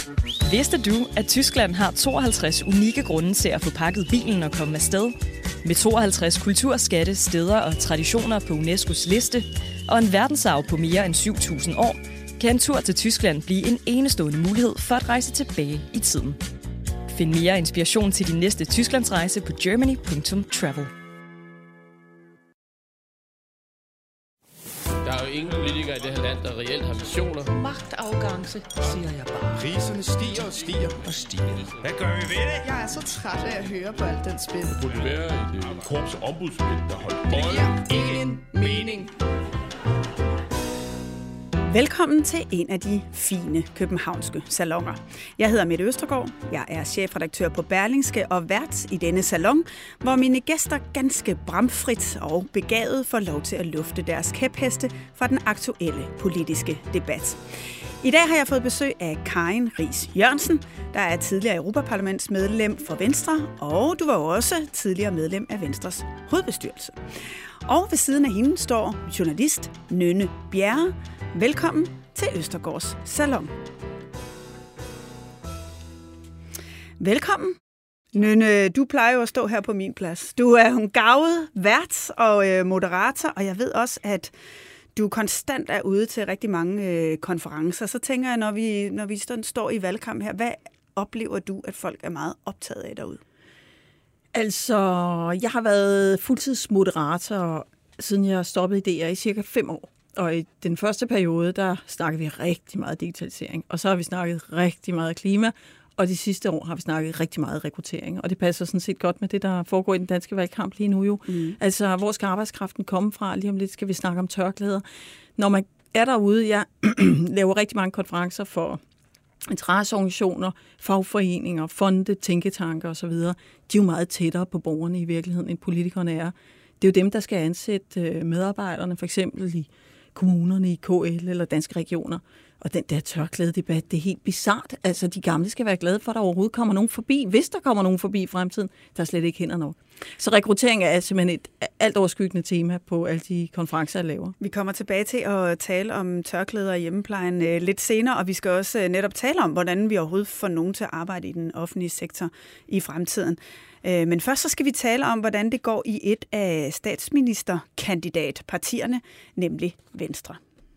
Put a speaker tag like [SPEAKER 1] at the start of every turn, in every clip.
[SPEAKER 1] Vidste du, at Tyskland har 52 unikke grunde til at få pakket bilen og komme afsted? Med 52 kulturskatte, steder og traditioner på UNESCO's liste, og en verdensarv på mere end 7.000 år, kan en tur til Tyskland blive en enestående mulighed for at rejse tilbage i tiden. Find mere inspiration til din næste Tysklandsrejse på germany.travel.
[SPEAKER 2] Der er jo ingen politikere i det her land, der reelt har visioner.
[SPEAKER 3] Magtafgangse, siger jeg bare.
[SPEAKER 4] Priserne stiger og stiger og stiger.
[SPEAKER 5] Hvad gør vi ved det?
[SPEAKER 6] Jeg er så træt af at høre på alt den spil.
[SPEAKER 7] Det burde være et korps ombudsmænd, der holdt
[SPEAKER 6] Det giver ingen mening.
[SPEAKER 8] Velkommen til en af de fine københavnske salonger. Jeg hedder Mette Østergaard, jeg er chefredaktør på Berlingske og vært i denne salon, hvor mine gæster ganske bramfrit og begavet får lov til at lufte deres kæpheste fra den aktuelle politiske debat. I dag har jeg fået besøg af Karin Riis Jørgensen, der er tidligere Europaparlamentsmedlem for Venstre, og du var også tidligere medlem af Venstres hovedbestyrelse. Og ved siden af hende står journalist Nynne Bjerre. Velkommen til Østergaards Salon. Velkommen. Nynne, du plejer jo at stå her på min plads. Du er en garvet vært og moderator, og jeg ved også, at du konstant er ude til rigtig mange konferencer. Så tænker jeg, når vi står i valgkamp her, hvad oplever du, at folk er meget optaget af derude?
[SPEAKER 3] Altså, jeg har været fuldtidsmoderator, siden jeg stoppede i DR i cirka 5 år. Og i den første periode, der snakkede vi rigtig meget digitalisering. Og så har vi snakket rigtig meget klima. Og de sidste år har vi snakket rigtig meget rekruttering. Og det passer sådan set godt med det, der foregår i den danske valgkamp lige nu jo. Altså, hvor skal arbejdskraften komme fra? Lige om lidt skal vi snakke om tørklæder. Når man er derude, jeg laver rigtig mange konferencer for interesseorganisationer, fagforeninger, fonde, tænketanker osv. De er jo meget tættere på borgerne i virkeligheden, end politikerne er. Det er jo dem, der skal ansætte medarbejderne, for eksempel i kommunerne, i KL eller danske regioner. Og den der tørklædedebat, det er helt bizart. Altså, de gamle skal være glade for, at der overhovedet kommer nogen forbi. Hvis der kommer nogen forbi i fremtiden, der er slet ikke hænder nok. Så rekruttering er simpelthen et alt overskyggende tema på alle de konferencer, jeg laver.
[SPEAKER 8] Vi kommer tilbage til at tale om tørklæder i hjemmeplejen lidt senere, og vi skal også netop tale om, hvordan vi overhovedet får nogen til at arbejde i den offentlige sektor i fremtiden. Men først så skal vi tale om, hvordan det går i et af statsministerkandidatpartierne, nemlig Venstre.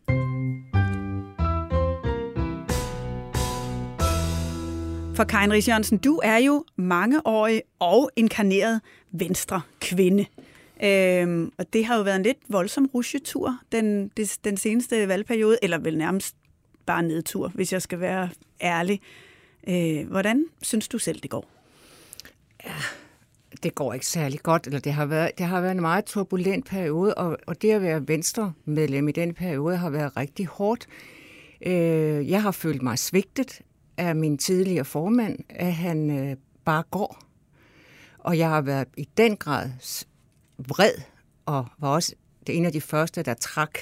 [SPEAKER 8] For Karin Riis Jørgensen, du er jo mangeårig og inkarneret Venstre-kvinde. Og det har jo været en lidt voldsom rusjetur den seneste valgperiode, eller vel nærmest bare nedtur, hvis jeg skal være ærlig. Hvordan synes du selv, det går?
[SPEAKER 9] Ja, det går ikke særlig godt, eller det har været en meget turbulent periode, og det at være Venstre-medlem i den periode har været rigtig hårdt. Jeg har følt mig svigtet af min tidligere formand, at han bare går. Og jeg har været i den grad vred, og var også en af de første, der trak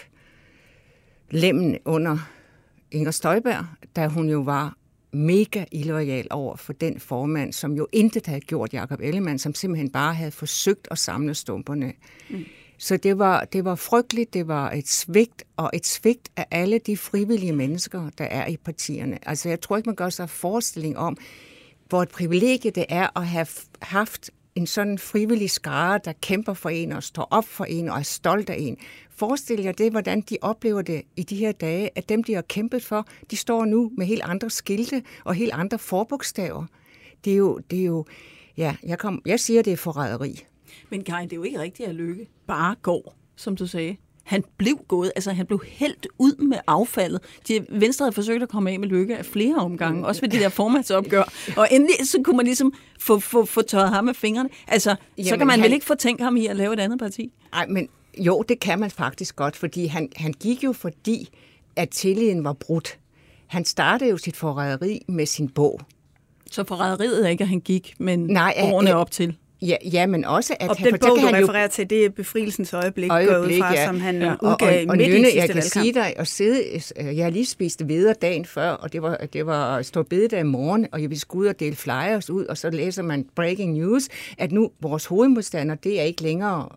[SPEAKER 9] lemmen under Inger Støjberg, da hun jo var mega illoyal over for den formand, som jo intet havde gjort, Jakob Ellemann, som simpelthen bare havde forsøgt at samle stumperne. Så det var frygteligt, det var et svigt, og et svigt af alle de frivillige mennesker, der er i partierne. Altså jeg tror ikke, man gør sig forestilling om, hvor et privilegie det er at have haft en sådan frivillig skare, der kæmper for en og står op for en og er stolt af en. Forestil jer det, hvordan de oplever det i de her dage, at dem, de har kæmpet for, de står nu med helt andre skilte og helt andre forbogstaver. Det er jo ja, jeg siger, det er forræderi.
[SPEAKER 3] Men Karin, det er jo ikke rigtigt, at Løkke bare går, som du sagde. Han blev gået, altså han blev hældt ud med affaldet. Venstre havde forsøgt at komme af med Løkke af flere omgange, også ved det der formandsopgør. Og endelig så kunne man ligesom få tørret ham med fingrene. Altså, så kan man vel ikke fortænke ham i at lave et andet parti?
[SPEAKER 9] Nej, men jo, det kan man faktisk godt, fordi han gik jo fordi, at tilliden var brudt. Han startede jo sit forræderi med sin bog.
[SPEAKER 3] Så forræderiet er ikke, at han gik, men årene op til?
[SPEAKER 9] Ja, men også at...
[SPEAKER 8] Og den bog, du refererer til, det er Befrielsens øjeblik gået ud fra, ja. Som han udgav midt i sidste valgkamp.
[SPEAKER 9] Jeg kan sige dig, jeg har lige spist videre dagen før, og det var stor bededag i morgen, og jeg ville skulle ud og dele flyers ud, og så læser man breaking news, at nu vores hovedmodstander, det er ikke længere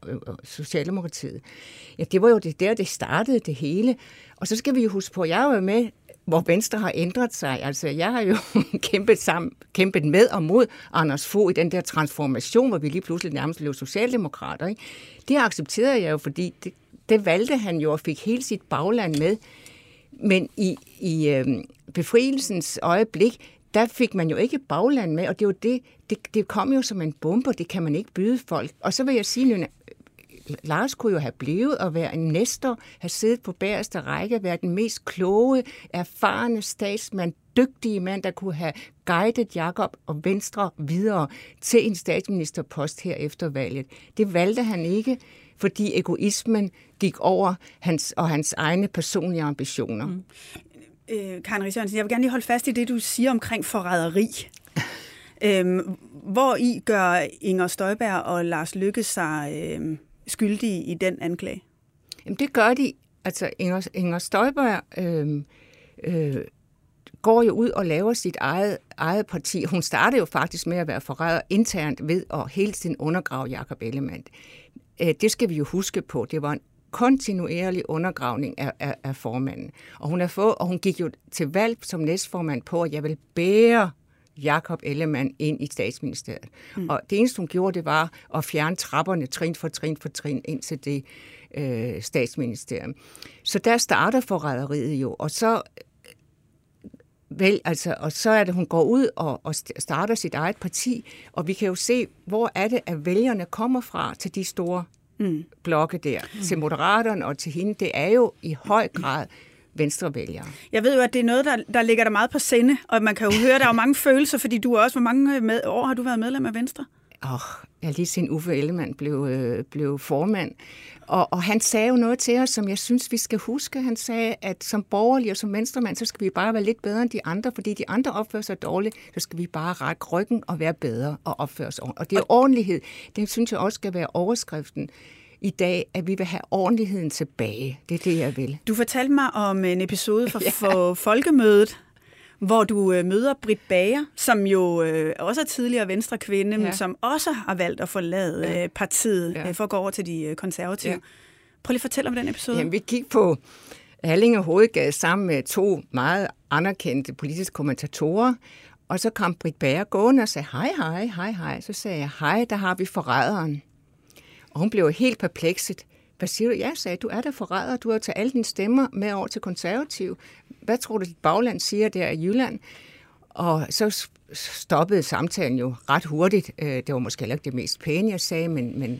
[SPEAKER 9] Socialdemokratiet. Ja, det var jo det startede det hele. Og så skal vi jo huske på, jeg var med hvor Venstre har ændret sig. Altså, jeg har jo kæmpet med og mod Anders Fogh i den der transformation, hvor vi lige pludselig nærmest blev socialdemokrater. Ikke? Det accepterede jeg jo, fordi det valgte han jo og fik hele sit bagland med. Men i befrielsens øjeblik, der fik man jo ikke bagland med, og det var det kom jo som en bombe, og det kan man ikke byde folk. Og så vil jeg sige, Lars kunne jo have blevet og være en Nestor, have siddet på bagerste række, være den mest kloge, erfarne statsmand, dygtige mand, der kunne have guidet Jakob og Venstre videre til en statsministerpost her efter valget. Det valgte han ikke, fordi egoismen gik over hans egne personlige ambitioner.
[SPEAKER 8] Karin Riis Jørgensen, jeg vil gerne lige holde fast i det, du siger omkring forræderi. Hvor i gør Inger Støjberg og Lars Løkke sig skyldige i den anklage?
[SPEAKER 9] Jamen, det gør de. Altså, Inger Støjberg går jo ud og laver sit eget parti. Hun startede jo faktisk med at være forræder internt ved at hele tiden undergrave Jakob Ellemann. Det skal vi jo huske på. Det var en kontinuerlig undergravning af formanden. Og hun gik jo til valg som næstformand på, at jeg vil bære Jakob Ellemann ind i statsministeriet. Og det eneste, hun gjorde, det var at fjerne trapperne trin for trin ind til det statsministerium. Så der starter forræderiet jo, og så er det, hun går ud og starter sit eget parti, og vi kan jo se, hvor er det, at vælgerne kommer fra til de store blokke der, til Moderaterne og til hende. Det er jo i høj grad venstrevælgere. Jeg
[SPEAKER 8] ved jo, at det er noget, der ligger der meget på sinde, og man kan jo høre, der er jo mange følelser, fordi du også, hvor mange år har du været medlem af Venstre?
[SPEAKER 9] Jeg lige siden Uffe Ellemann blev formand. Og han sagde jo noget til os, som jeg synes, vi skal huske. Han sagde, at som borgerlig og som venstremand, så skal vi bare være lidt bedre end de andre, fordi de andre opfører sig dårligt, så skal vi bare række ryggen og være bedre og opføre os ordentligt. Og det er ordentlighed. Det synes jeg også skal være overskriften i dag, at vi vil have ordentligheden tilbage. Det er det, jeg vil.
[SPEAKER 8] Du fortalte mig om en episode fra Folkemødet, hvor du møder Britt Bager, som jo også er tidligere venstrekvinde, men som også har valgt at forlade partiet for at gå over til de konservative. Prøv lige at fortælle om den episode.
[SPEAKER 9] Jamen, vi gik på Allinge Hovedgade sammen med 2 meget anerkendte politiske kommentatorer, og så kom Britt Bager gående og sagde, hej. Så sagde jeg, hej, der har vi forræderen. Og hun blev helt perplekset. Hvad siger du? Jeg sagde, du er der forræder. Du har taget alle dine stemmer med over til konservativ. Hvad tror du, dit bagland siger der i Jylland? Og så stoppede samtalen jo ret hurtigt. Det var måske heller ikke det mest pæne, jeg sagde, men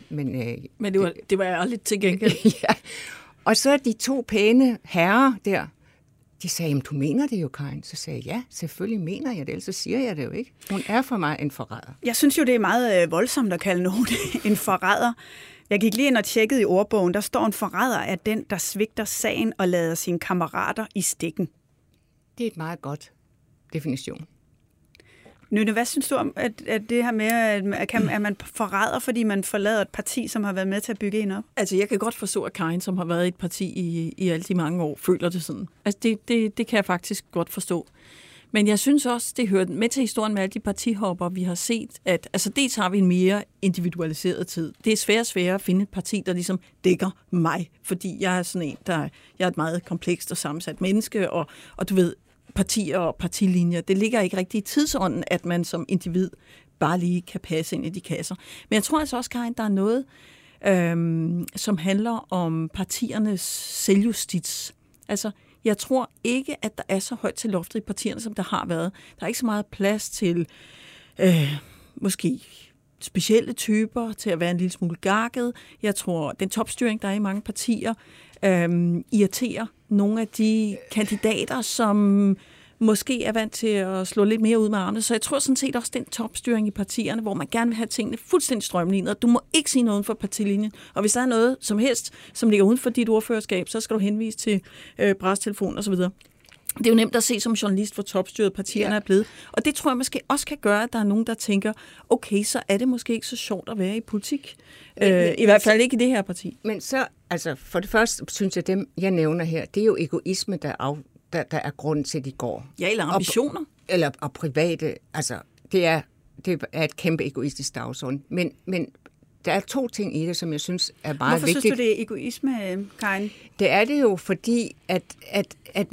[SPEAKER 3] det var ærligt til gengæld.
[SPEAKER 9] Ja. Og så de 2 pæne herrer der, de sagde, jamen du mener det jo, Karin. Så sagde jeg, ja, selvfølgelig mener jeg det, ellers så siger jeg det jo ikke. Hun er for mig en forræder.
[SPEAKER 8] Jeg synes jo, det er meget voldsomt at kalde nogen en forræder. Jeg gik lige ind og tjekkede i ordbogen. Der står, en forræder er den, der svigter sagen og lader sine kammerater i stikken.
[SPEAKER 9] Det er et meget godt definition.
[SPEAKER 8] Nynne, hvad synes du om at det her med, at man forræder, fordi man forlader et parti, som har været med til at bygge en op?
[SPEAKER 3] Altså, jeg kan godt forstå, at Karin, som har været i et parti i alle de mange år, føler det sådan. Altså, det kan jeg faktisk godt forstå. Men jeg synes også, det hører med til historien med alle de partihopper, vi har set, at altså dels har vi en mere individualiseret tid. Det er sværere at finde et parti, der ligesom dækker mig, fordi jeg er sådan en, jeg er et meget komplekst og sammensat menneske, og du ved, partier og partilinjer, det ligger ikke rigtig i tidsånden, at man som individ bare lige kan passe ind i de kasser. Men jeg tror altså også, Karin, der er noget, som handler om partiernes selvjustits. Altså, jeg tror ikke, at der er så højt til loftet i partierne, som der har været. Der er ikke så meget plads til måske specielle typer, til at være en lille smule gakket. Jeg tror, den topstyring, der er i mange partier, irriterer nogle af de kandidater, som måske er vant til at slå lidt mere ud med armene. Så jeg tror sådan set også den topstyring i partierne, hvor man gerne vil have tingene fuldstændig strømlignet. Du må ikke sige noget for partilinjen. Og hvis der er noget som helst, som ligger uden for dit ordførerskab, så skal du henvise til prestelefon og så videre. Det er jo nemt at se som journalist, hvor topstyret partierne er blevet. Og det tror jeg måske også kan gøre, at der er nogen, der tænker, okay, så er det måske ikke så sjovt at være i politik. I hvert fald ikke i det her parti.
[SPEAKER 9] Men så, altså for det første, synes jeg, dem jeg nævner her, det er jo egoisme, der er grunden til, at de går.
[SPEAKER 3] Ja, eller ambitioner.
[SPEAKER 9] Og private, altså det er et kæmpe egoistisk dagsorden. Men der er 2 ting i det, som jeg synes er meget vigtigt.
[SPEAKER 8] Hvorfor synes du, det er egoisme, Karin?
[SPEAKER 9] Det er det jo, fordi at man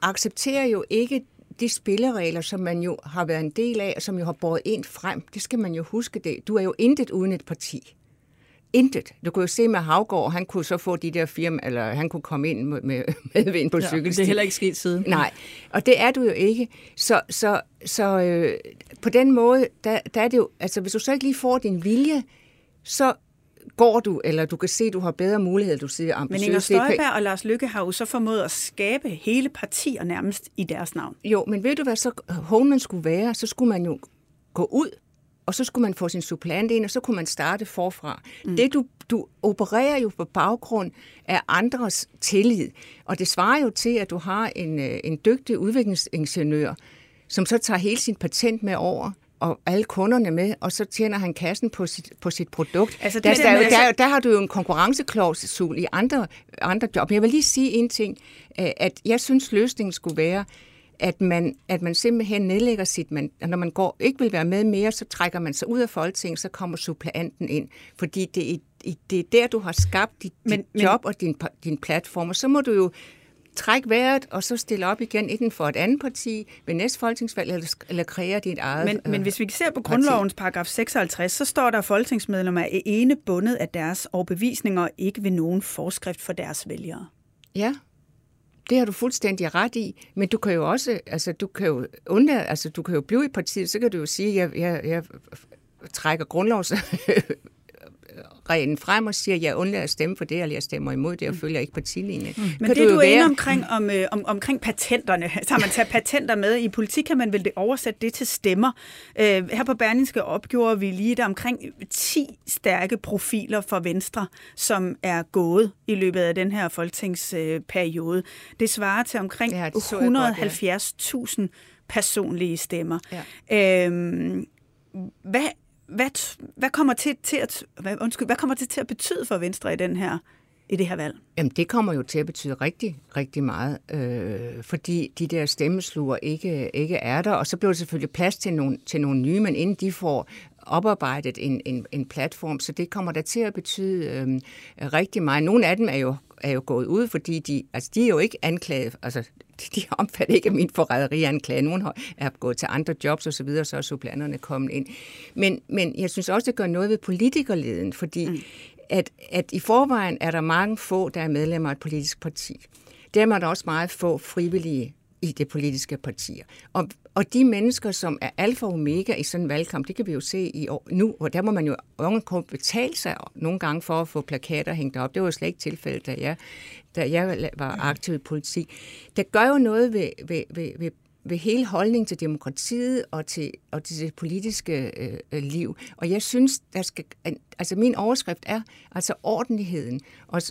[SPEAKER 9] accepterer jo ikke de spilleregler, som man jo har været en del af, og som jo har båret ind frem. Det skal man jo huske det. Du er jo intet uden et parti. Intet. Du kunne jo se med Haugaard, han kunne så få de der firma, eller han kunne komme ind med medvind på cykelsti.
[SPEAKER 3] Det er heller ikke sket siden.
[SPEAKER 9] Nej, og det er du jo ikke. Så på den måde, der er det jo, altså hvis du så ikke lige får din vilje, så går du, eller du kan se, at du har bedre muligheder, du siger ambitiøst.
[SPEAKER 8] Men Inger Støjberg og Lars Løkke har jo så formået at skabe hele partier nærmest i deres navn.
[SPEAKER 9] Jo, men ved du, hvad så Holman skulle være? Så skulle man jo gå ud, og så skulle man få sin suppleant ind, og så kunne man starte forfra. Det, du opererer jo på baggrund af andres tillid, og det svarer jo til, at du har en dygtig udviklingsingeniør, som så tager hele sin patent med over, og alle kunderne med, og så tjener han kassen på sit produkt. Altså, der har du jo en konkurrenceklausul i andre job. Men jeg vil lige sige en ting, at jeg synes, løsningen skulle være, at man simpelthen nedlægger når man ikke vil være med mere, så trækker man sig ud af Folketinget, så kommer suppleanten ind. Fordi det er der, du har skabt dit job og din platform, og så må du jo træk vejret, og så stille op igen enten for et andet parti ved næste folketingsvalg, eller kreere dit eget
[SPEAKER 8] Men hvis vi ser på grundlovens paragraf 56, så står der, at folketingsmedlemmer er ene bundet af deres overbevisninger, og ikke ved nogen forskrift for deres vælgere.
[SPEAKER 9] Ja, det har du fuldstændig ret i, men du kan jo også, altså du kan jo blive i partiet, så kan du jo sige, at jeg trækker grundlovs reglen frem og siger, at jeg undlader at stemme for det, eller jeg stemmer imod det, og følger ikke partilinjen.
[SPEAKER 8] Men det du er inde omkring patenterne, så har man taget patenter med. I politik kan man vel det oversætte det til stemmer. Her på Berlingske opgjorde vi lige der omkring 10 stærke profiler for Venstre, som er gået i løbet af den her folketingsperiode. Det svarer til omkring 170.000 personlige stemmer. Ja. Hvad kommer det til at betyde for Venstre i det her valg?
[SPEAKER 9] Jamen, det kommer jo til at betyde rigtig, rigtig meget, fordi de der stemmesluger ikke er der, og så bliver der selvfølgelig plads til nogle nye, men inden de får oparbejdet en platform, så det kommer der til at betyde rigtig meget. Nogle af dem er jo gået ud, fordi de er jo ikke anklaget, altså de omfatter ikke af min forræderianklage. Nogle er gået til andre jobs og så videre, så er suppleanterne kommet ind. Men jeg synes også, det gør noget ved politikerleden, fordi at i forvejen er der mange få, der er medlemmer af et politisk parti. Dermed er der også meget få frivillige i det politiske partier. Og de mennesker, som er alfa og omega i sådan en valgkamp, det kan vi jo se i år nu, og der må man jo betale sig nogle gange for at få plakater hængt op. Det var jo slet ikke tilfældet, da jeg var aktiv i politik. Det gør jo noget ved hele holdningen til demokratiet og til det politiske liv. Og jeg synes, min overskrift er altså ordentligheden.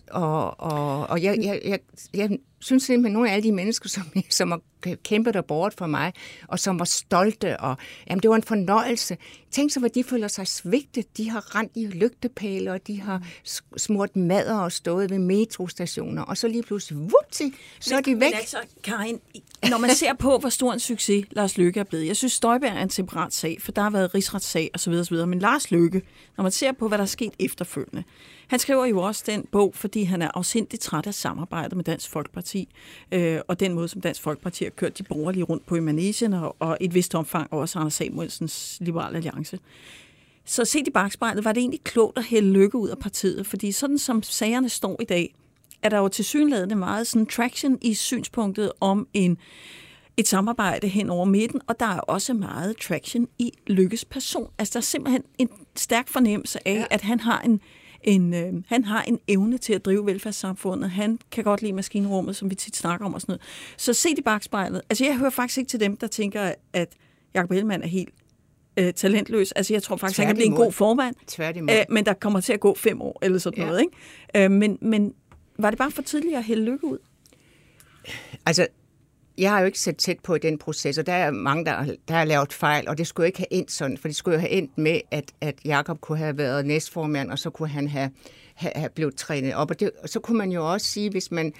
[SPEAKER 9] Og jeg synes simpelthen, at nogle af alle de mennesker, som har kæmpet der bort for mig, og som var stolte, og jamen, det var en fornøjelse. Tænk så, hvor de føler sig svigtet. De har rendt i lygtepæle, og de har smurt madder og stået ved metrostationer, og så lige pludselig, vupti, så er de væk.
[SPEAKER 3] Men altså, Karin, når man ser på, hvor stor en succes Lars Løkke er blevet, jeg synes, Støjberg er en separat sag, for der har været rigsretssag osv., men Lars Løkke, når man ser på, hvad der er sket efterfølgende, han skriver jo også den bog, fordi han er afsindigt træt af samarbejdet med Dansk Folkeparti, og den måde, som Dansk Folkeparti har kørt de borgerlige rundt på i Manegen, og et vist omfang også Anders Samuelsens Liberal Alliance. Så set i bagspejlet, var det egentlig klogt at hælde Løkke ud af partiet, fordi sådan som sagerne står i dag, er der jo tilsyneladende meget sådan traction i synspunktet om et samarbejde hen over midten, og der er også meget traction i Løkkes person. Altså der er simpelthen en stærk fornemmelse af, at han har han har en evne til at drive velfærdssamfundet. Han kan godt lide maskinrummet, som vi tit snakker om og sådan noget. Så set i bagspejlet. Altså jeg hører faktisk ikke til dem, der tænker, at Jakob Ellemann er helt talentløs. Altså jeg tror faktisk, han kan blive en god formand. Men der kommer til at gå 5 år eller sådan noget. Ikke? Men var det bare for tidligt at hælde Løkke ud?
[SPEAKER 9] Altså, jeg har jo ikke set tæt på i den proces, og der er mange, der har lavet fejl, og det skulle jo ikke have endt sådan, for det skulle jo have endt med, at Jakob kunne have været næstformand, og så kunne han have blevet trænet op. Og så kunne man jo også sige, hvis man...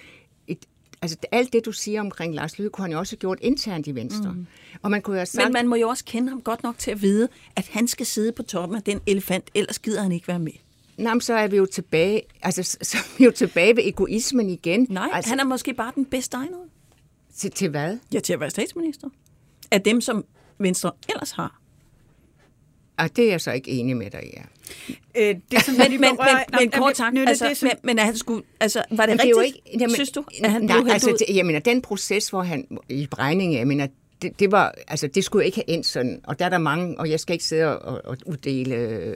[SPEAKER 9] alt det, du siger omkring Lars Løkke, kunne han jo også have gjort internt i Venstre. Og man kunne jo sagt...
[SPEAKER 3] Men man må jo også kende ham godt nok til at vide, at han skal sidde på toppen af den elefant, ellers gider han ikke være med.
[SPEAKER 9] Nå, så er vi jo tilbage, ved egoismen igen.
[SPEAKER 3] Nej, han er måske bare den bedste egnede.
[SPEAKER 9] Til hvad?
[SPEAKER 3] Ja, til at være statsminister. Af dem, som Venstre ellers har.
[SPEAKER 9] Det er jeg så ikke enig med dig i.
[SPEAKER 3] Det som men kort sagt, men han skulle, altså, var det rigtigt,
[SPEAKER 9] ikke,
[SPEAKER 3] synes du, at han blev hældt ud?
[SPEAKER 9] Jeg mener, den proces, hvor han i Bregninge, jeg mener, det var, altså, det skulle ikke have endt sådan, og der er der mange, og jeg skal ikke sidde og uddele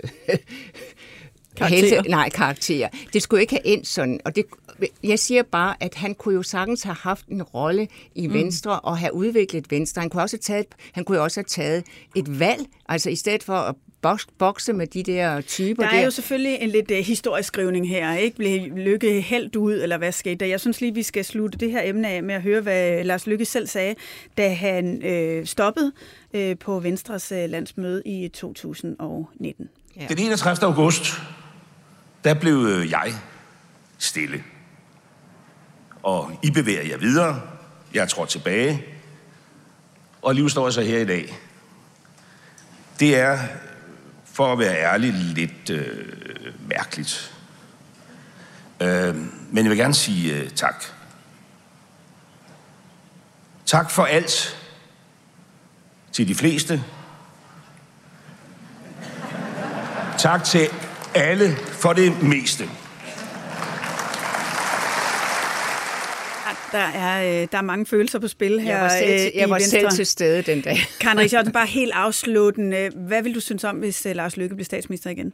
[SPEAKER 9] karakterer. Det skulle ikke have endt sådan, og jeg siger bare, at han kunne jo sagtens have haft en rolle i Venstre og have udviklet Venstre. Han kunne også have taget et valg, altså i stedet for at bokse med de der typer.
[SPEAKER 8] Der er jo selvfølgelig en lidt historisk skrivning her, ikke? Blev Løkke hældt ud, eller hvad skete der? Jeg synes lige, vi skal slutte det her emne af med at høre, hvad Lars Løkke selv sagde, da han stoppede på Venstres landsmøde i 2019.
[SPEAKER 5] Ja. Den 31. august, der blev jeg stille. Og I bevæger jer videre. Jeg tror tilbage. Og alligevel står jeg så her i dag. Det er, for at være ærlig, lidt mærkeligt. Men jeg vil gerne sige tak. Tak for alt. Til de fleste. Tak til alle for det meste.
[SPEAKER 8] Der er mange følelser på spil her.
[SPEAKER 9] Jeg var selv til stede den dag.
[SPEAKER 8] Karen Richardsen, bare helt afsluttende. Hvad vil du synes om, hvis Lars Løkke bliver statsminister igen?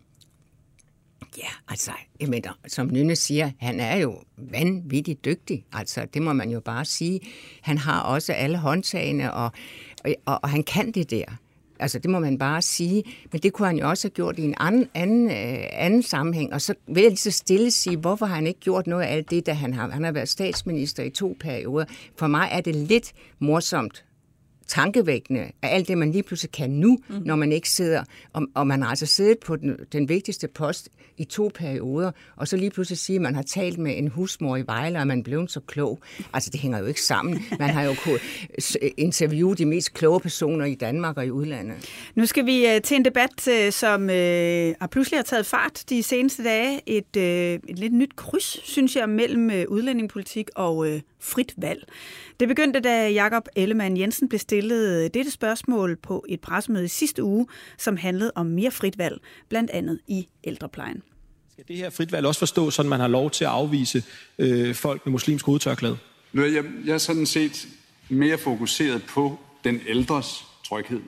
[SPEAKER 9] Ja, altså, jeg mener, som Nynne siger, han er jo vanvittigt dygtig. Altså, det må man jo bare sige. Han har også alle håndtagene, og han kan det der. Altså, det må man bare sige. Men det kunne han jo også have gjort i en anden sammenhæng. Og så vil jeg lige så stille sige, hvorfor har han ikke gjort noget af alt det, da han har været statsminister i 2 perioder. For mig er det lidt morsomt, tankevækkende af alt det, man lige pludselig kan nu, når man ikke sidder, og man har altså siddet på den vigtigste post i 2 perioder, og så lige pludselig sige, at man har talt med en husmor i Vejle, og man blev så klog. Altså, det hænger jo ikke sammen. Man har jo kunnet interviewe de mest kloge personer i Danmark og i udlandet.
[SPEAKER 8] Nu skal vi til en debat, som pludselig har taget fart de seneste dage. Et lidt nyt kryds, synes jeg, mellem udlændingepolitik og frit valg. Det begyndte, da Jakob Ellemann-Jensen blev stillet dette spørgsmål på et pressemøde i sidste uge, som handlede om mere frit valg, blandt andet i ældreplejen.
[SPEAKER 10] Skal det her frit valg også forstås, sådan man har lov til at afvise folk med muslimsk hovedtørklæde?
[SPEAKER 11] Jeg er sådan set mere fokuseret på den ældres tryghed.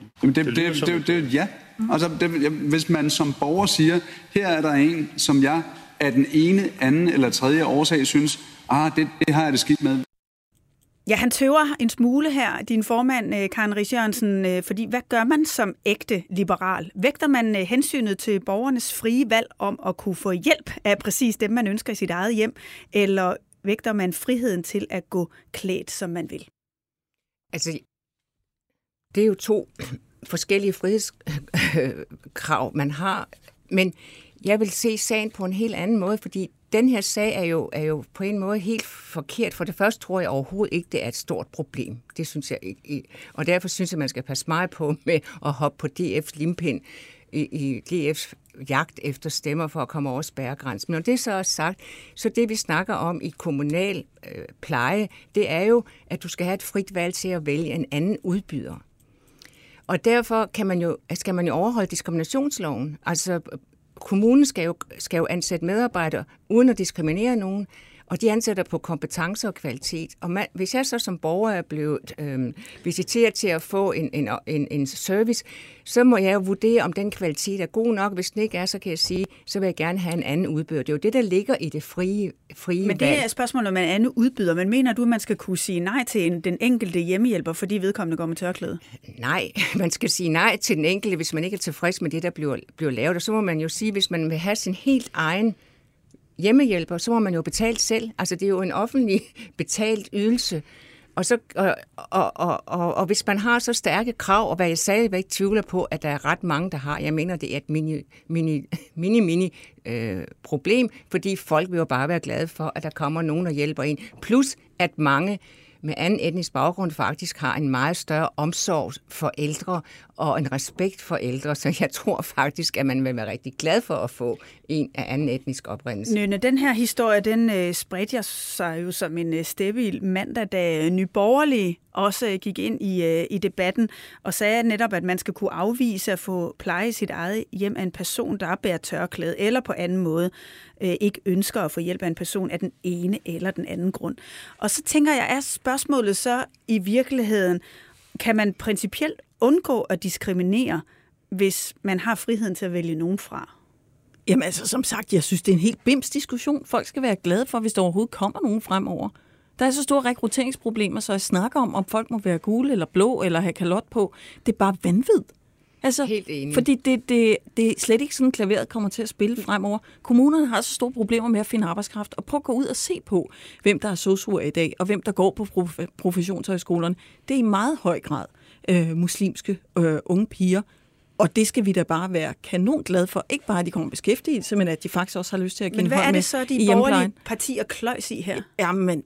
[SPEAKER 11] Jamen ja. Altså, hvis man som borger siger, her er der en, som jeg af den ene, anden eller tredje årsag synes, det har jeg det skidt med.
[SPEAKER 8] Ja, han tøver en smule her, din formand, Karen Richardsen, fordi hvad gør man som ægte liberal? Vægter man hensynet til borgernes frie valg om at kunne få hjælp af præcis dem, man ønsker i sit eget hjem, eller vægter man friheden til at gå klædt, som man vil?
[SPEAKER 9] Altså, det er jo 2 forskellige frihedskrav, man har, men jeg vil se sagen på en helt anden måde, fordi den her sag er jo på en måde helt forkert. For det første tror jeg overhovedet ikke, det er et stort problem. Det synes jeg ikke. Og derfor synes jeg, man skal passe meget på med at hoppe på DF's limpind i DF's jagt efter stemmer for at komme over spærregrænsen. Men når det så er sagt, så det vi snakker om i kommunal pleje, det er jo, at du skal have et frit valg til at vælge en anden udbyder. Og derfor skal man jo overholde diskriminationsloven. Altså, kommunen skal jo ansætte medarbejdere uden at diskriminere nogen, og de ansætter på kompetencer og kvalitet. Og hvis jeg så som borger er blevet visiteret til at få en service, så må jeg jo vurdere, om den kvalitet er god nok. Hvis den ikke er, så kan jeg sige, så vil jeg gerne have en anden udbyder. Det er jo det, der ligger i det frie valg.
[SPEAKER 8] Men det er et spørgsmål, om man er anden udbyder. Men mener du, at man skal kunne sige nej til den enkelte hjemmehjælper, fordi vedkommende går med tørklæde?
[SPEAKER 9] Nej, man skal sige nej til den enkelte, hvis man ikke er tilfreds med det, der bliver lavet. Og så må man jo sige, hvis man vil have sin helt egen hjemmehjælper, så må man jo betale selv. Altså, det er jo en offentlig betalt ydelse. Og hvis man har så stærke krav, og hvad jeg stadigvæk tvivler på, at der er ret mange, der har, jeg mener, det er et mini problem, fordi folk vil jo bare være glade for, at der kommer nogen og hjælper en. Plus, at mange med anden etnisk baggrund faktisk har en meget større omsorg for ældre og en respekt for ældre, så jeg tror faktisk, at man vil være rigtig glad for at få en af anden etnisk oprindelse.
[SPEAKER 8] Nynne, den her historie, den spredte jeg sig jo som en steppevild mandag, da Nye Borgerlige også gik ind i debatten og sagde netop, at man skal kunne afvise at få pleje i sit eget hjem af en person, der bærer tørklæde, eller på anden måde ikke ønsker at få hjælp af en person af den ene eller den anden grund. Og så tænker jeg, er spørgsmålet så i virkeligheden, kan man principielt undgå at diskriminere, hvis man har friheden til at vælge nogen fra?
[SPEAKER 3] Jamen altså, som sagt, jeg synes, det er en helt bims diskussion. Folk skal være glade for, hvis der overhovedet kommer nogen fremover. Der er så store rekrutteringsproblemer, så jeg snakker om folk må være gule eller blå eller have kalot på. Det er bare vanvid. Altså,
[SPEAKER 9] helt enig.
[SPEAKER 3] Fordi det er slet ikke sådan, klaveret kommer til at spille fremover. Kommunerne har så store problemer med at finde arbejdskraft, og prøv at gå ud og se på, hvem der er sosuer i dag, og hvem der går på professionshøjskolerne. Det er i meget høj grad muslimske unge piger, og det skal vi da bare være kanon glade for. Ikke bare, at de kommer i beskæftigelse, men at de faktisk også har lyst til at give en hånd med i hjemmeplejen.
[SPEAKER 8] Men hvad er det så, de borgerlige partier kløjs i her?
[SPEAKER 3] Jamen,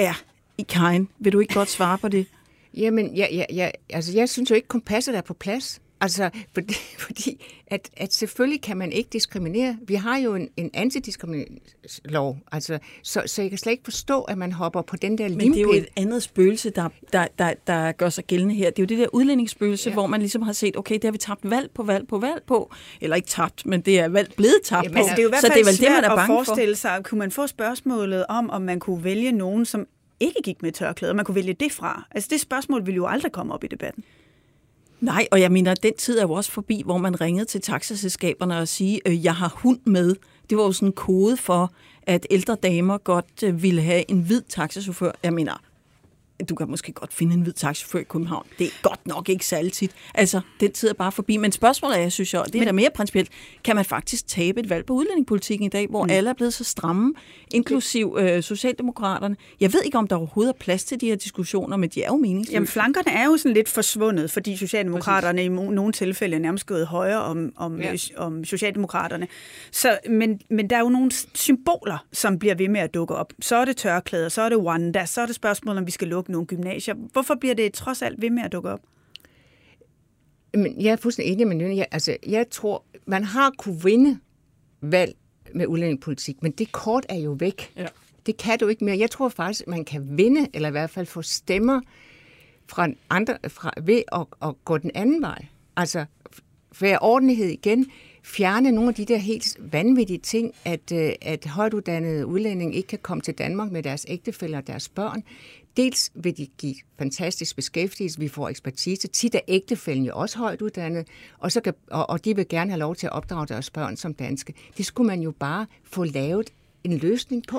[SPEAKER 3] Karin, vil du ikke godt svare på det?
[SPEAKER 9] Jamen, jeg synes jo ikke, kompasset er på plads. Altså, fordi at selvfølgelig kan man ikke diskriminere. Vi har jo en antidiskrimineringslov, altså, så jeg kan slet ikke forstå, at man hopper på den der limpind.
[SPEAKER 3] Men det er jo et andet spøgelse, der gør sig gældende her. Det er jo det der udlændingsspøgelse, hvor man ligesom har set, okay, det har vi tabt valg på. Eller ikke tabt, men det er valg blevet tabt på.
[SPEAKER 8] Altså, det er jo i hvert fald
[SPEAKER 3] så det er vel det, man er bange
[SPEAKER 8] at forestille sig. Kunne man få spørgsmålet om man kunne vælge nogen, som ikke gik med tørklæder, man kunne vælge det fra? Altså, det spørgsmål ville jo aldrig komme op i debatten.
[SPEAKER 3] Nej, og jeg mener, at den tid er jo også forbi, hvor man ringede til taxaselskaberne og sige, jeg har hund med. Det var jo sådan en kode for, at ældre damer godt ville have en hvid taxachauffør. Jeg mener, du kan måske godt finde en hvid taxachauffør i København. Det er godt nok ikke særlig tit. Altså, den tid er bare forbi. Men spørgsmålet er, jeg synes jo, det er da mere principielt, kan man faktisk tabe et valg på udlændingepolitikken i dag, hvor alle er blevet så stramme, inklusiv Socialdemokraterne. Jeg ved ikke, om der overhovedet er plads til de her diskussioner, men de er jo meningsløse.
[SPEAKER 8] Jamen, flankerne er jo sådan lidt forsvundet, fordi Socialdemokraterne i nogle tilfælde er nærmest gået højere om Socialdemokraterne. Så, men der er jo nogle symboler, som bliver ved med at dukke op. Så er det tørklæder, så er det Rwanda, så er det spørgsmål, om vi skal lukke nogle gymnasier. Hvorfor bliver det trods alt ved med at dukke op?
[SPEAKER 9] Men jeg er fuldstændig enig med Nynne. Jeg tror, man har kunne vinde valg med udlændingepolitik, men det kort er jo væk. Ja. Det kan du ikke mere. Jeg tror faktisk, man kan vinde, eller i hvert fald få stemmer fra andre ved at gå den anden vej. Altså, være ordentlighed igen, fjerne nogle af de der helt vanvittige ting, at højtuddannede udlændinge ikke kan komme til Danmark med deres ægtefæller og deres børn. Dels vil de give fantastisk beskæftigelse, vi får ekspertise. Tit er ægtefællen jo også højt uddannet, og de vil gerne have lov til at opdrage deres børn som danske. Det skulle man jo bare få lavet en løsning på.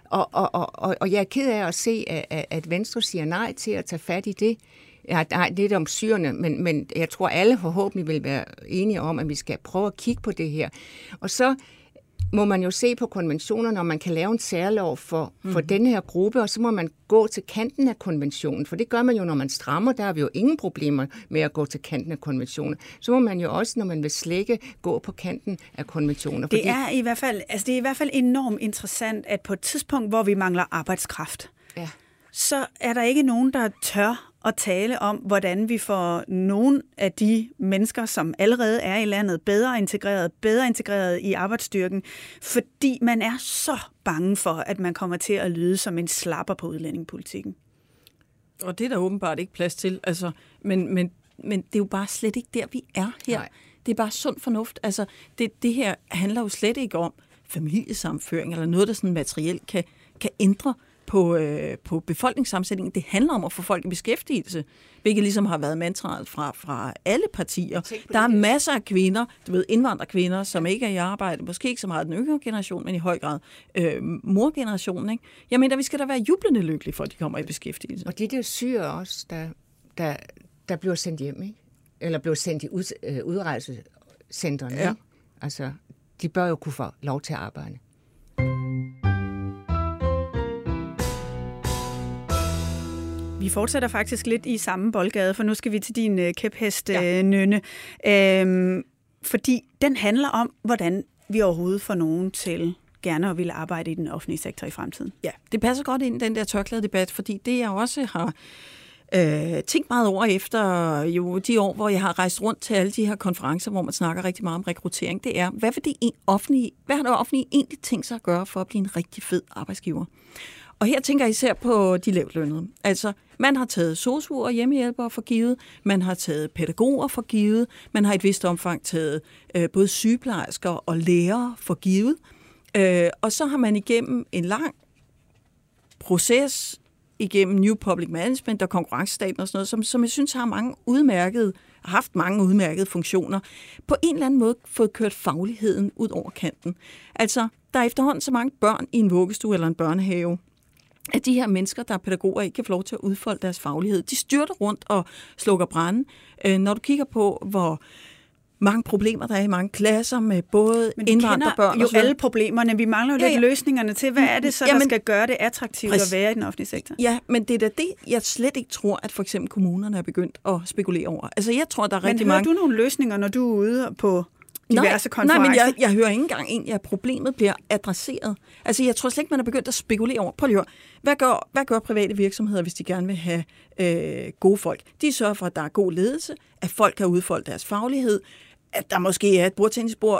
[SPEAKER 9] Og jeg er ked af at se, at Venstre siger nej til at tage fat i det. Nej, det er om syrerne, men jeg tror, alle forhåbentlig vil være enige om, at vi skal prøve at kigge på det her. Og så må man jo se på konventionerne, når man kan lave en særlov for denne her gruppe, og så må man gå til kanten af konventionen, for det gør man jo, når man strammer, der har vi jo ingen problemer med at gå til kanten af konventionen. Så må man jo også, når man vil slække, gå på kanten af konventioner.
[SPEAKER 8] Det er i hvert fald enormt interessant, at på et tidspunkt, hvor vi mangler arbejdskraft, så er der ikke nogen, der tør at tale om, hvordan vi får nogle af de mennesker, som allerede er i landet, bedre integreret i arbejdsstyrken, fordi man er så bange for, at man kommer til at lyde som en slapper på udlændingepolitikken.
[SPEAKER 3] Og det er der åbenbart ikke plads til. Altså, men det er jo bare slet ikke der, vi er her. Nej. Det er bare sund fornuft. Altså, det her handler jo slet ikke om familiesammenføring eller noget, der sådan materielt kan ændre på befolkningssammensætningen. Det handler om at få folk i beskæftigelse, hvilket ligesom har været mantraet fra alle partier. Der er masser af kvinder, indvandrerkvinder, som ikke er i arbejde, måske ikke så meget den yngre generation, men i høj grad morgengenerationen. Ikke? Jeg mener, vi skal da være jublende lykkelige for, at de kommer i beskæftigelse.
[SPEAKER 9] Og de der syre også, der bliver sendt hjem, ikke? Eller bliver sendt i udrejsecentrene. Ja. Ikke? Altså, de bør jo kunne få lov til at arbejde.
[SPEAKER 8] Vi fortsætter faktisk lidt i samme boldgade, for nu skal vi til din kæphest, Nynne. Fordi den handler om, hvordan vi overhovedet får nogen til gerne at ville arbejde i den offentlige sektor i fremtiden?
[SPEAKER 3] Ja, det passer godt ind i den der tørklædedebat, fordi det jeg også har tænkt meget over efter jo de år, hvor jeg har rejst rundt til alle de her konferencer, hvor man snakker rigtig meget om rekruttering, det er, hvad har det offentlige egentlig tænkt sig at gøre for at blive en rigtig fed arbejdsgiver? Og her tænker jeg især på de lavtlønnede. Altså, man har taget sosu'er og hjemmehjælpere for givet, man har taget pædagoger for givet, man har i et vist omfang taget både sygeplejersker og lærere for givet, og så har man igennem en lang proces, igennem New Public Management og konkurrencestaten og sådan noget, som jeg synes har haft mange udmærkede funktioner, på en eller anden måde fået kørt fagligheden ud over kanten. Altså, der er efterhånden så mange børn i en vuggestue eller en børnehave, at de her mennesker, der er pædagoger, ikke kan få lov til at udfolde deres faglighed. De styrter rundt og slukker branden. Når du kigger på, hvor mange problemer, der er i mange klasser med både indvandrerbørn
[SPEAKER 8] og alle problemerne. Vi mangler jo lidt løsningerne til, hvad er det så, der skal gøre det attraktivt at være i den offentlige sektor?
[SPEAKER 3] Ja, men det er da det, jeg slet ikke tror, at for eksempel kommunerne er begyndt at spekulere over. Altså, jeg tror, der er rigtig mange...
[SPEAKER 8] Men hører du nogle løsninger, når du er ude på diverse konferencer?
[SPEAKER 3] Nej, men jeg hører ikke engang egentlig, at problemet bliver adresseret. Altså, jeg tror slet ikke, man er begyndt at spekulere over. Prøv lige at høre. Hvad gør private virksomheder, hvis de gerne vil have gode folk? De sørger for, at der er god ledelse, at folk kan udfolde deres faglighed, at der måske er et bordtennisbord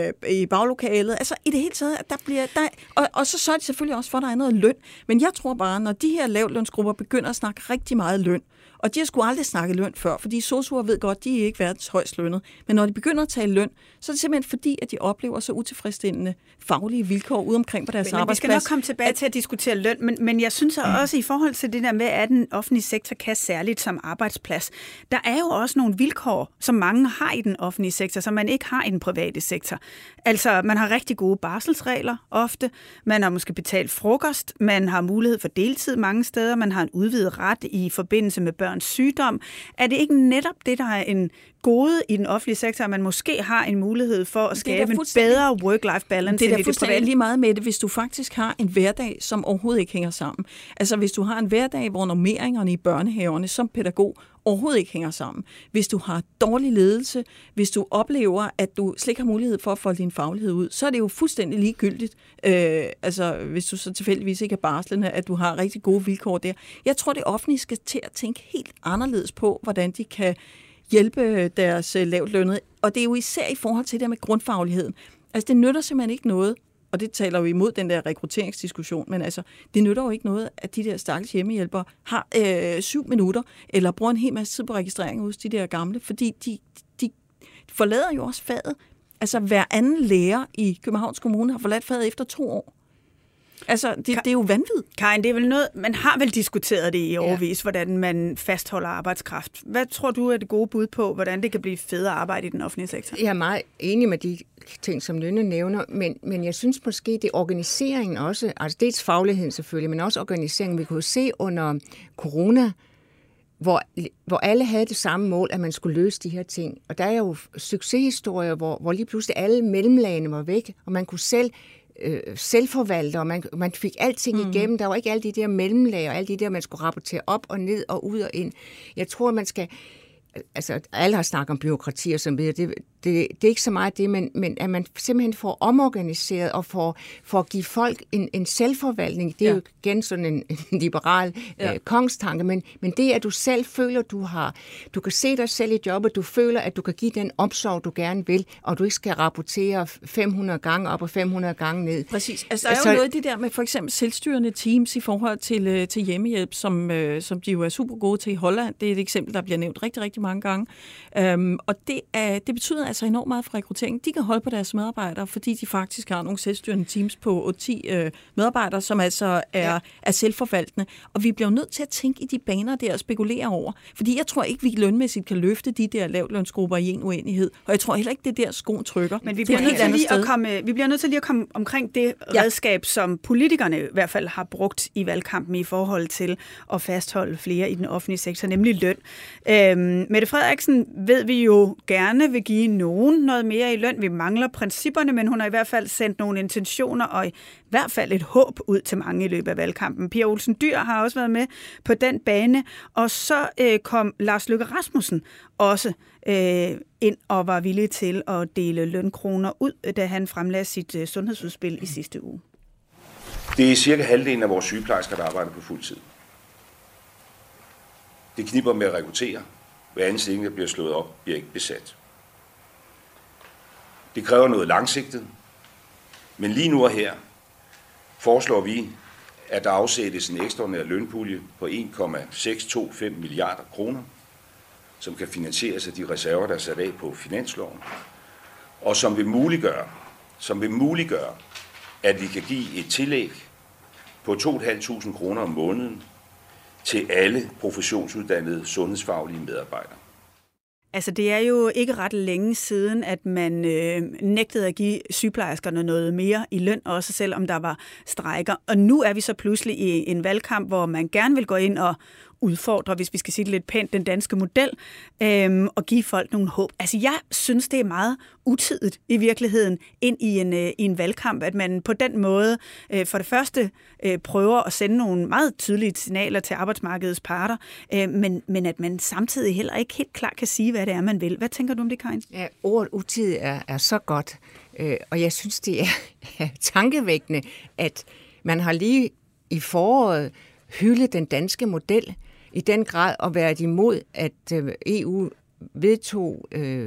[SPEAKER 3] i baglokalet. Altså i det hele taget, at der bliver... Og så sørger de selvfølgelig også for, at der er noget løn. Men jeg tror bare, når de her lavtlønsgrupper begynder at snakke rigtig meget løn, og de har sgu aldrig snakket løn før, fordi sosuer ved godt, de er ikke verdens højst lønnet. Men når de begynder at tale løn, så er det simpelthen fordi, at de oplever så utilfredsstillende faglige vilkår ude omkring på deres arbejdsplads.
[SPEAKER 8] Vi skal nok komme tilbage til at diskutere løn, men jeg synes også i forhold til det der med, at den offentlige sektor kan særligt som arbejdsplads, der er jo også nogle vilkår, som mange har i den offentlige sektor, som man ikke har i den private sektor. Altså, man har rigtig gode barselsregler ofte, man har måske betalt frokost, man har mulighed for deltid mange steder, man har en udvidet ret i forbindelse med børns sygdom. Er det ikke netop det, der er en gode i den offentlige sektor, at man måske har en mulighed for at skabe en bedre work-life balance?
[SPEAKER 3] Det er da fuldstændig lige meget med det, hvis du faktisk har en hverdag, som overhovedet ikke hænger sammen. Altså hvis du har en hverdag, hvor normeringerne i børnehaverne som pædagog overhovedet ikke hænger sammen. Hvis du har dårlig ledelse, hvis du oplever, at du slet ikke har mulighed for at folde din faglighed ud, så er det jo fuldstændig ligegyldigt. Altså hvis du så tilfældigvis ikke er barslende, at du har rigtig gode vilkår der. Jeg tror, det offentlige skal til at tænke helt anderledes på, hvordan de kan hjælpe deres lavtlønnede. Og det er jo især i forhold til det med grundfagligheden. Altså det nytter simpelthen ikke noget, og det taler jo imod den der rekrutteringsdiskussion, men altså, det nytter jo ikke noget, at de der stakkels hjemmehjælpere har 7 minutter, eller bruger en hel masse tid på registrering hos de der gamle, fordi de forlader jo også faget. Altså hver anden lærer i Københavns Kommune har forladt faget efter 2 år. Altså, det er jo vanvittigt.
[SPEAKER 8] Karin, det er vel noget, man har vel diskuteret det i årevis, hvordan man fastholder arbejdskraft. Hvad tror du er det gode bud på, hvordan det kan blive federe arbejde i den offentlige sektor?
[SPEAKER 9] Jeg er meget enig med de ting, som Nynne nævner, men jeg synes måske, det er organiseringen også, altså dels fagligheden selvfølgelig, men også organiseringen. Vi kunne se under corona, hvor alle havde det samme mål, at man skulle løse de her ting. Og der er jo succeshistorier, hvor lige pludselig alle mellemlagene var væk, og man kunne selvforvalte, og man fik alting igennem. Der var ikke alle de der mellemlag, og alle de der, man skulle rapportere op og ned og ud og ind. Jeg tror, man skal... Altså, alle har snakket om bureaukrati og så videre. Det er ikke så meget det, men at man simpelthen får omorganiseret og får at give folk en selvforvaltning. Det er jo igen sådan en liberal kongstanke, men det, at du selv føler, du kan se dig selv i jobbet, du føler, at du kan give den omsorg, du gerne vil, og du ikke skal rapportere 500 gange op og 500 gange ned.
[SPEAKER 3] Præcis. Altså, der er jo noget af det der med for eksempel selvstyrende teams i forhold til hjemmehjælp, som de jo er super gode til i Holland. Det er et eksempel, der bliver nævnt rigtig, rigtig mange gange. Og det betyder altså enormt meget for rekruttering. De kan holde på deres medarbejdere, fordi de faktisk har nogle selvstyrende teams på 10 medarbejdere, som altså er selvforvaltende. Og vi bliver nødt til at tænke i de baner der og spekulere over. Fordi jeg tror ikke, vi lønmæssigt kan løfte de der lavtlønsgrupper i en uenighed. Og jeg tror heller ikke, det der skoen trykker.
[SPEAKER 8] Men vi bliver nødt til lige at komme omkring det redskab, som politikerne i hvert fald har brugt i valgkampen i forhold til at fastholde flere i den offentlige sektor, nemlig løn. Mette Frederiksen ved vi jo gerne vil give nogen noget mere i løn. Vi mangler principperne, men hun har i hvert fald sendt nogle intentioner og i hvert fald et håb ud til mange i løbet af valgkampen. Pia Olsen Dyhr har også været med på den bane, og så kom Lars Løkke Rasmussen også ind og var villig til at dele lønkroner ud, da han fremlagde sit sundhedsudspil i sidste uge.
[SPEAKER 5] Det er cirka halvdelen af vores sygeplejersker, der arbejder på fuld tid. Det kniber med at rekruttere. Hver anden stilling, der bliver slået op, bliver ikke besat. Det kræver noget langsigtet, men lige nu og her foreslår vi, at der afsættes en ekstraordinær lønpulje på 1,625 milliarder kroner, som kan finansieres af de reserver, der er sat af på finansloven, og som vil muliggøre, at vi kan give et tillæg på 2.500 kroner om måneden til alle professionsuddannede sundhedsfaglige medarbejdere.
[SPEAKER 8] Altså, det er jo ikke ret længe siden, at man nægtede at give sygeplejerskerne noget mere i løn, også selvom der var strejker. Og nu er vi så pludselig i en valgkamp, hvor man gerne vil gå ind og udfordre, hvis vi skal sige det lidt pænt, den danske model, og give folk nogle håb. Altså, jeg synes, det er meget utidigt i virkeligheden ind i en valgkamp, at man på den måde for det første prøver at sende nogle meget tydelige signaler til arbejdsmarkedets parter, men at man samtidig heller ikke helt klart kan sige, hvad det er, man vil. Hvad tænker du om det, Karin?
[SPEAKER 9] Ja, ordet utidigt er så godt, og jeg synes, det er tankevækkende, at man har lige i foråret hyldet den danske model i den grad og været imod, at EU vedtog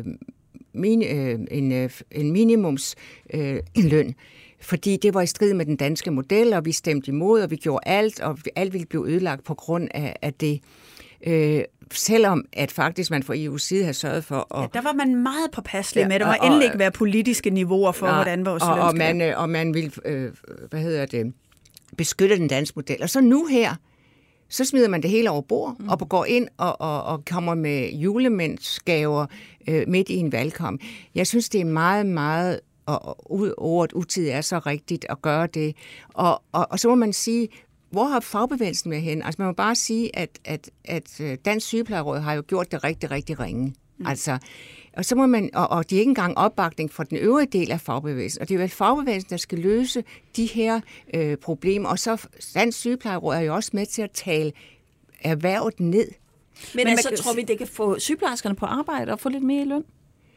[SPEAKER 9] en minimumsløn, fordi det var i strid med den danske model, og vi stemte imod, og vi gjorde alt, og alt ville blive ødelagt på grund af det. Selvom at faktisk man fra EU's side har sørget for at...
[SPEAKER 8] Ja, der var man meget påpasselig med. Der må endelig ikke være politiske niveauer for, hvordan vores løn skal.
[SPEAKER 9] Og man vil, beskytte den danske model. Og så nu her, så smider man det hele over bord og går ind og kommer med julemandsgaver midt i en valgkamp. Jeg synes, det er meget, meget, og ordet utidigt er så rigtigt at gøre det. Og så må man sige, hvor har fagbevægelsen med hen? Altså man må bare sige, at Dansk Sygeplejeråd har jo gjort det rigtig, rigtig ringe. Altså, og så må man, og de er ikke engang opbakning fra den øvrige del af fagbevægelsen, og det er vel fagbevægelsen, der skal løse de her problemer, og så Dansk Sygeplejeråd er jo også med til at tale erhvervet ned.
[SPEAKER 3] Men altså, tror vi, det kan få sygeplejerskerne på arbejde og få lidt mere i løn?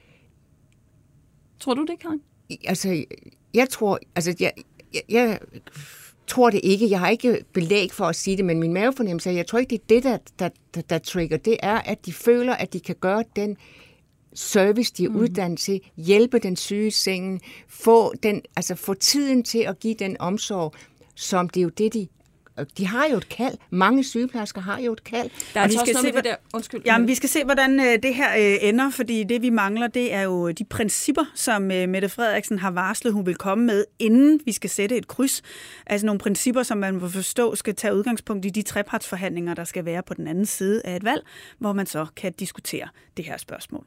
[SPEAKER 3] Tror du det, Karin?
[SPEAKER 9] Altså, jeg tror det ikke. Jeg har ikke belæg for at sige det, men min mavefornemmelse er, jeg tror ikke, det er det, der trigger. Det er, at de føler, at de kan gøre den service, de er uddannet til, hjælpe den syge i sengen, få tiden til at give den omsorg, som det er jo det, de har jo et kald. Mange sygeplejersker har jo et kald.
[SPEAKER 8] Vi skal se, hvordan det her ender, fordi det, vi mangler, det er jo de principper, som Mette Frederiksen har varslet, hun vil komme med, inden vi skal sætte et kryds. Altså nogle principper, som man må forstå, skal tage udgangspunkt i de trepartsforhandlinger, der skal være på den anden side af et valg, hvor man så kan diskutere det her spørgsmål.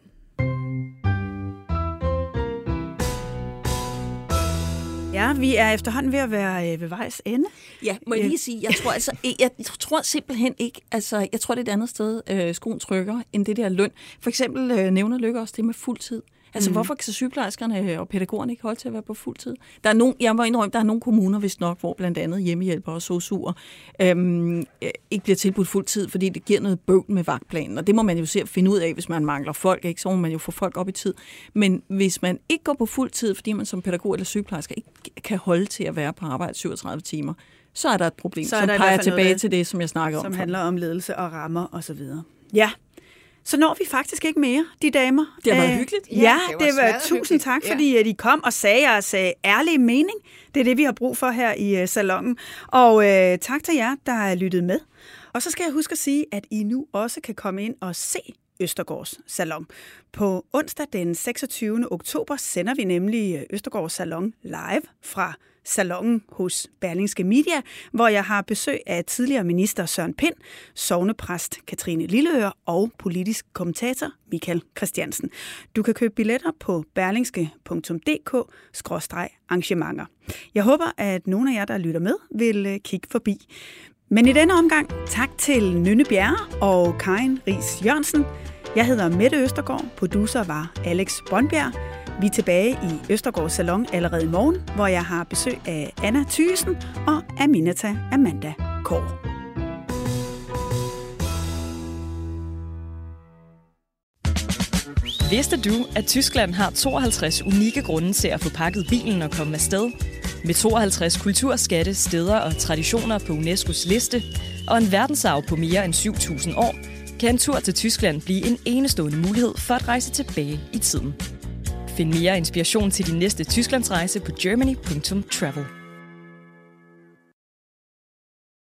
[SPEAKER 8] Ja, vi er efterhånden ved at være ved vejs ende.
[SPEAKER 3] Ja, må jeg lige sige, jeg tror simpelthen ikke, altså jeg tror det er et andet sted, skoen trykker, end det der løn. For eksempel nævner Løkke også det med fuld tid. Altså hvorfor kan så sygeplejerskerne og pædagogerne ikke holde til at være på fuld tid? Der er nogle, jeg må indrømme, der er nogle kommuner, vist nok, hvor blandt andet hjemmehjælpere og sosuer ikke bliver tilbudt fuld tid, fordi det giver noget bøvl med vagtplanen. Og det må man jo se at finde ud af, hvis man mangler folk, ikke? Så må man jo få folk op i tid. Men hvis man ikke går på fuld tid, fordi man som pædagog eller sygeplejerske ikke kan holde til at være på arbejde 37 timer, så er der et problem, som peger tilbage til det, som jeg snakker om.
[SPEAKER 8] Som handler om ledelse og rammer osv. Ja. Så når vi faktisk ikke mere, de damer.
[SPEAKER 3] Det har været hyggeligt.
[SPEAKER 8] Ja, det var tusind tak, fordi de kom og sagde jeres ærlige mening. Det er det, vi har brug for her i salonen. Og tak til jer, der har lyttet med. Og så skal jeg huske at sige, at I nu også kan komme ind og se Østergaards Salon. På onsdag den 26. oktober sender vi nemlig Østergaards Salon live fra salonen hos Berlingske Media, hvor jeg har besøg af tidligere minister Søren Pind, sognepræst Katrine Lilleøre og politisk kommentator Michael Christiansen. Du kan købe billetter på berlingske.dk/arrangementer. Jeg håber, at nogle af jer, der lytter med, vil kigge forbi. Men i denne omgang, tak til Nynne Bjerre og Karin Riis Jørgensen. Jeg hedder Mette Østergaard, producer var Alex Brøndbjerg. Vi er tilbage i Østergaards Salon allerede i morgen, hvor jeg har besøg af Anna Thyssen og Aminata Amanda Kåre.
[SPEAKER 1] Vidste du, at Tyskland har 52 unikke grunde til at få pakket bilen og komme afsted? Med 52 kulturskatte, steder og traditioner på UNESCO's liste, og en verdensarv på mere end 7.000 år, kan en tur til Tyskland blive en enestående mulighed for at rejse tilbage i tiden. Find mere inspiration til din næste Tysklandsrejse på germany.travel.